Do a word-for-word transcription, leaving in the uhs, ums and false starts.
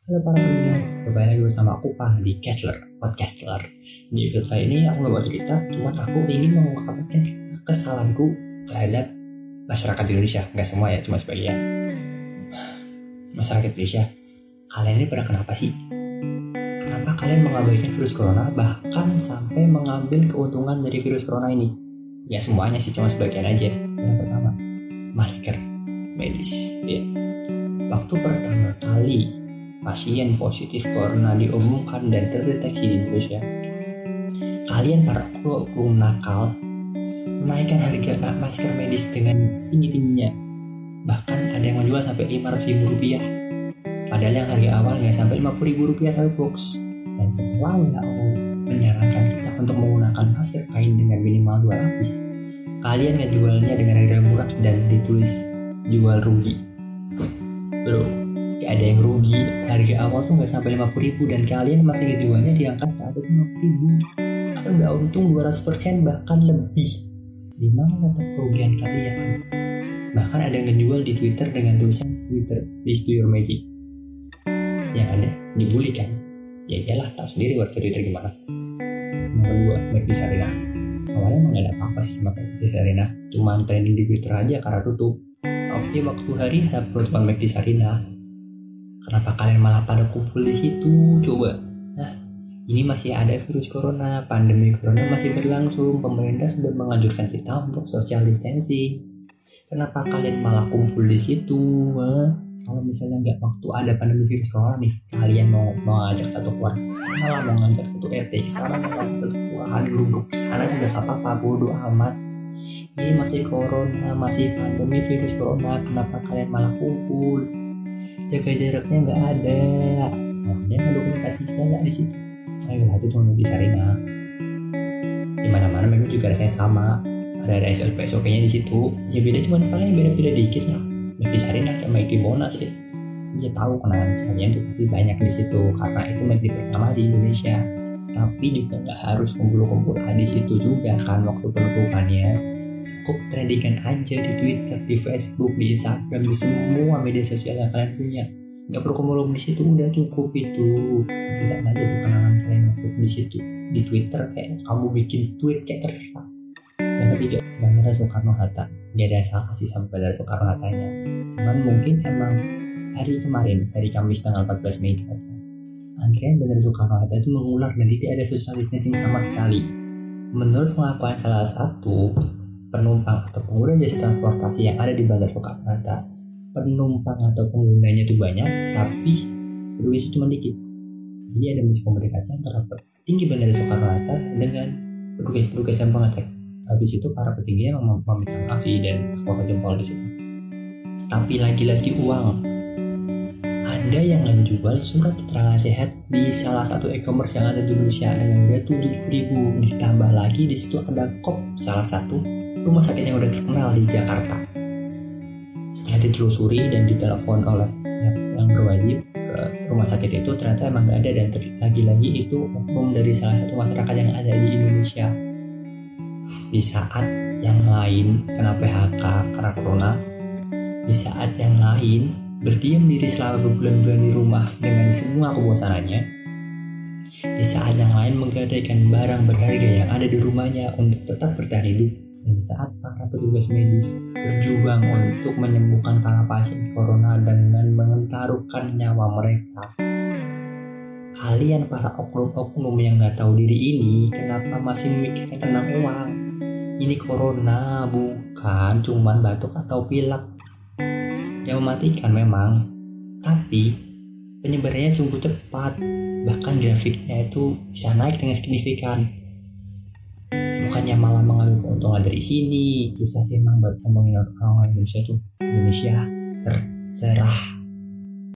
Halo para pendengar, kembali lagi bersama aku Pak di Kessler Podcaster. Di episode kali ini aku gak mau cerita, cuman aku ingin mengungkapkan kesalahanku terhadap masyarakat Indonesia. Gak semua ya, cuma sebagian. Masyarakat Indonesia, kalian ini pada kenapa sih? Kenapa kalian mengabaikan virus corona, bahkan sampai mengambil keuntungan dari virus corona ini? Ya semuanya sih, cuma sebagian aja. Yang pertama, masker medis. Ya. Waktu pertama kali pasien positif corona diumumkan dan terdeteksi di Indonesia, kalian para oknum nakal menaikkan harga masker medis dengan setinggi-tingginya. Bahkan ada yang menjual sampai lima ratus ribu rupiah, padahal yang harga awal nggak sampai lima puluh ribu rupiah satu box. Dan setelah W H O menyarankan kita untuk menggunakan masker kain dengan minimal dua lapis, kalian ngejualnya dengan harga murah dan ditulis jual rugi. Bro, gak ada yang rugi. Harga awal tuh gak sampai lima puluh ribu dan kalian masih ngejualnya di angka ke atas lima puluh ribu. Kalian udah untung dua ratus persen bahkan lebih. Dimana letak kerugian kalian? Bahkan ada yang ngejual di Twitter dengan tulisan Twitter please do your magic. Yang ada dibully kan? Ya iyalah, tahu sendiri warga Twitter gimana. Yang kedua, McD Sarina. Awalnya emang gak ada apa-apa sih sama McD Sarina, cuman trending di Twitter aja karena tutup. Tapi waktu hari ada penutupan McD Sarina, kenapa kalian malah pada kumpul di situ? Coba. Nah, ini masih ada virus corona, pandemi corona masih berlangsung, pemerintah sudah menganjurkan kita untuk social distancing. Kenapa kalian malah kumpul di situ? Hah? Kalau misalnya nggak waktu ada pandemi virus corona nih, kalian mau mengajak satu keluarga ke sana lah, mau ngajak satu R T ke sana, mau ngajak satu kelurahan gerunduk ke sana juga nggak apa-apa, bodoh amat. Ini masih corona, masih pandemi virus corona, kenapa kalian malah kumpul? Jaga jaraknya nggak ada. Nah, dia mendokumentasi segala di situ. Ayolah, itu cuma di Sarina. Di mana-mana memang juga rasanya sama. Ada ada S O P S O P-nya di situ. Ya beda cuma paling beda-beda dikit lah. Di Sarina sama di Monas sih. Ya tahu kenangan kalian tuh pasti banyak di situ karena itu McD pertama di Indonesia. Tapi juga nggak harus kumpul-kumpul di situ juga kan waktu penutupannya. Cukup trendingan aja di Twitter, di Facebook, di Instagram, di semua media sosial yang kalian punya. Nggak perlu kumpul di situ, udah cukup itu. Tidak aja tuh kenangan kalian waktu di situ. Di Twitter kayak kamu bikin tweet kayak terserah. Yang ketiga, Bandara Soekarno Hatta. Gak ada salah sih sama Bandara Soekarno Hattanya. Cuman mungkin emang hari kemarin, hari Kamis tanggal empat belas Mei, antrian Bandara Soekarno Hatta itu mengular dan tidak ada social distancing sama sekali. Menurut pengakuan salah satu penumpang atau pengguna jasa transportasi yang ada di Bandara Soekarno Hatta, penumpang atau penggunanya itu banyak, tapi petugasnya cuma dikit. Jadi ada miskomunikasi antara petinggi Bandara Soekarno Hatta dengan petugas-petugas yang pengecek. Habis itu para petingginya memang meminta maaf dan foto jempol di situ. Tapi lagi-lagi uang. Ada yang menjual surat keterangan sehat di salah satu e-commerce yang ada di Indonesia dengan harga tujuh puluh ribu. Ditambah lagi di situ ada kop salah satu rumah sakit yang udah terkenal di Jakarta. Setelah ditelusuri dan ditelepon oleh yang, yang berwajib ke rumah sakit itu, ternyata emang gak ada dan ter- lagi-lagi itu oknum dari salah satu masyarakat yang ada di Indonesia. Di saat yang lain kena P H K karena corona, di saat yang lain berdiam diri selama berbulan-bulan di rumah dengan semua kebosanannya, di saat yang lain menggadaikan barang berharga yang ada di rumahnya untuk tetap bertahan hidup, dan di saat para petugas medis berjuang untuk menyembuhkan para pasien corona dengan mengentarukan nyawa mereka. Kalian para oknum-oknum yang gak tahu diri ini, kenapa masih memikirkan tentang uang? Ini corona, bukan cuman batuk atau pilek yang mematikan memang, tapi penyebarannya sungguh cepat. Bahkan grafiknya itu bisa naik dengan signifikan. Bukannya malah mengambil keuntungan dari sini. Susah sih emang buat ngomongin orang Indonesia tuh. Indonesia terserah.